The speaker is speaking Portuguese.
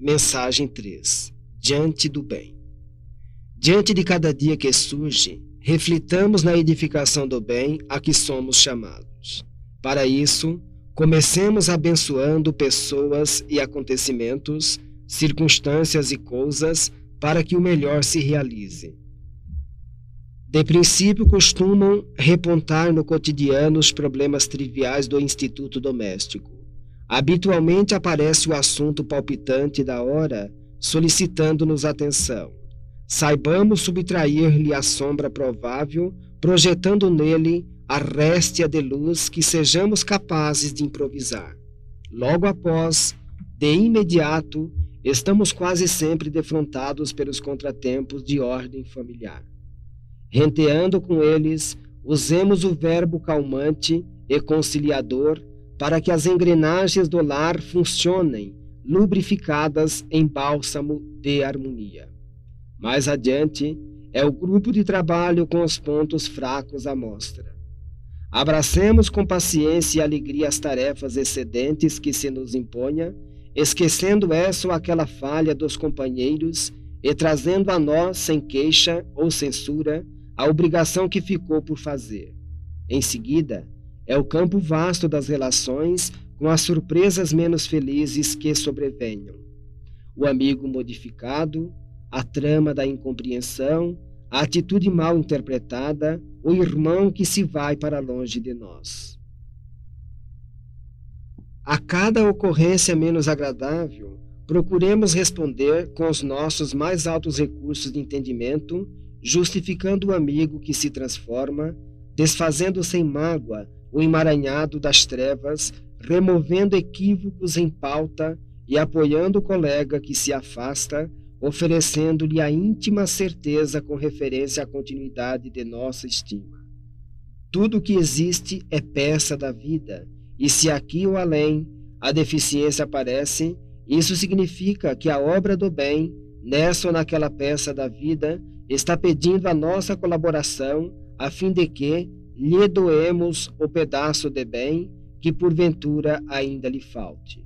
Mensagem 3. Diante do bem. Diante de cada dia que surge, reflitamos na edificação do bem a que somos chamados. Para isso, comecemos abençoando pessoas e acontecimentos, circunstâncias e coisas, para que o melhor se realize. De princípio, costumam repontar no cotidiano os problemas triviais do instituto doméstico. Habitualmente aparece o assunto palpitante da hora, solicitando-nos atenção. Saibamos subtrair-lhe a sombra provável, projetando nele a réstia de luz que sejamos capazes de improvisar. Logo após, de imediato, estamos quase sempre defrontados pelos contratempos de ordem familiar. Renteando com eles, usemos o verbo calmante e conciliador para que as engrenagens do lar funcionem, lubrificadas em bálsamo de harmonia. Mais adiante, é o grupo de trabalho com os pontos fracos à mostra. Abracemos com paciência e alegria as tarefas excedentes que se nos imponha, esquecendo essa ou aquela falha dos companheiros e trazendo a nós, sem queixa ou censura, a obrigação que ficou por fazer. Em seguida, é o campo vasto das relações com as surpresas menos felizes que sobrevenham. O amigo modificado, a trama da incompreensão, a atitude mal interpretada, o irmão que se vai para longe de nós. A cada ocorrência menos agradável, procuremos responder com os nossos mais altos recursos de entendimento, justificando o amigo que se transforma, desfazendo sem mágoa o emaranhado das trevas, removendo equívocos em pauta e apoiando o colega que se afasta, oferecendo-lhe a íntima certeza com referência à continuidade de nossa estima. Tudo o que existe é peça da vida, e se aqui ou além a deficiência aparece, isso significa que a obra do bem, nessa ou naquela peça da vida, está pedindo a nossa colaboração, a fim de que lhe doemos o pedaço de bem que porventura ainda lhe falte.